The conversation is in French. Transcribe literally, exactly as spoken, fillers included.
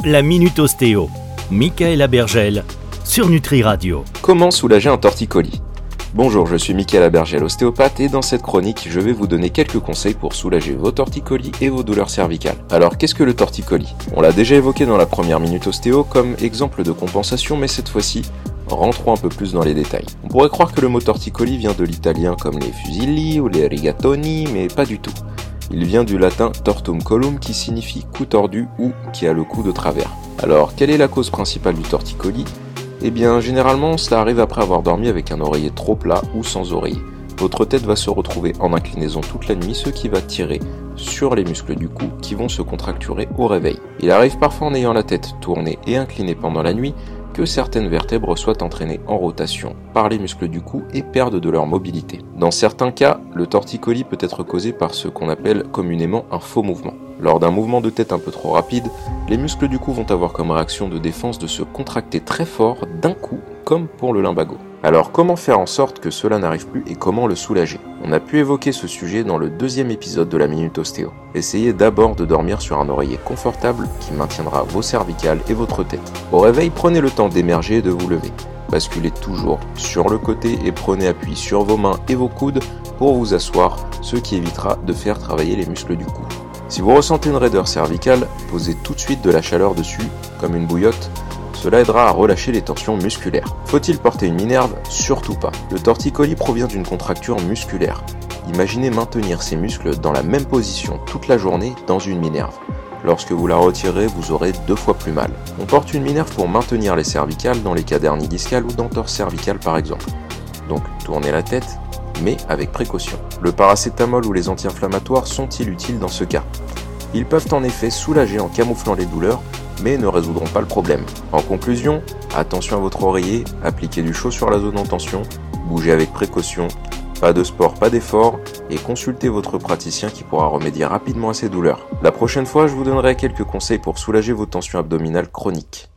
La Minute Ostéo, Michaël Bergel, sur Nutri Radio. Comment soulager un torticolis ? Bonjour, je suis Michaël Bergel, ostéopathe, et dans cette chronique, je vais vous donner quelques conseils pour soulager vos torticolis et vos douleurs cervicales. Alors, qu'est-ce que le torticolis ? On l'a déjà évoqué dans la première Minute Ostéo comme exemple de compensation, mais cette fois-ci, rentrons un peu plus dans les détails. On pourrait croire que le mot torticolis vient de l'italien comme les fusilli ou les rigatoni, mais pas du tout. Il vient du latin tortum colum qui signifie cou tordu ou qui a le cou de travers. Alors, quelle est la cause principale du torticolis ? Eh bien, généralement, cela arrive après avoir dormi avec un oreiller trop plat ou sans oreiller. Votre tête va se retrouver en inclinaison toute la nuit, ce qui va tirer sur les muscles du cou qui vont se contracturer au réveil. Il arrive parfois en ayant la tête tournée et inclinée pendant la nuit que certaines vertèbres soient entraînées en rotation par les muscles du cou et perdent de leur mobilité. Dans certains cas, le torticolis peut être causé par ce qu'on appelle communément un faux mouvement. Lors d'un mouvement de tête un peu trop rapide, les muscles du cou vont avoir comme réaction de défense de se contracter très fort d'un coup, comme pour le lumbago. Alors comment faire en sorte que cela n'arrive plus et comment le soulager ? On a pu évoquer ce sujet dans le deuxième épisode de la Minute Ostéo. Essayez d'abord de dormir sur un oreiller confortable qui maintiendra vos cervicales et votre tête. Au réveil, prenez le temps d'émerger et de vous lever. Basculez toujours sur le côté et prenez appui sur vos mains et vos coudes pour vous asseoir, ce qui évitera de faire travailler les muscles du cou. Si vous ressentez une raideur cervicale, posez tout de suite de la chaleur dessus, comme une bouillotte. Cela aidera à relâcher les tensions musculaires. Faut-il porter une minerve ? Surtout pas. Le torticolis provient d'une contracture musculaire. Imaginez maintenir ces muscles dans la même position toute la journée dans une minerve. Lorsque vous la retirez, vous aurez deux fois plus mal. On porte une minerve pour maintenir les cervicales dans les cas d'hernie discale ou d'entorse cervicale par exemple. Donc tournez la tête, mais avec précaution. Le paracétamol ou les anti-inflammatoires sont-ils utiles dans ce cas ? Ils peuvent en effet soulager en camouflant les douleurs, mais ne résoudront pas le problème. En conclusion, attention à votre oreiller, appliquez du chaud sur la zone en tension, bougez avec précaution, pas de sport, pas d'effort, et consultez votre praticien qui pourra remédier rapidement à ces douleurs. La prochaine fois, je vous donnerai quelques conseils pour soulager vos tensions abdominales chroniques.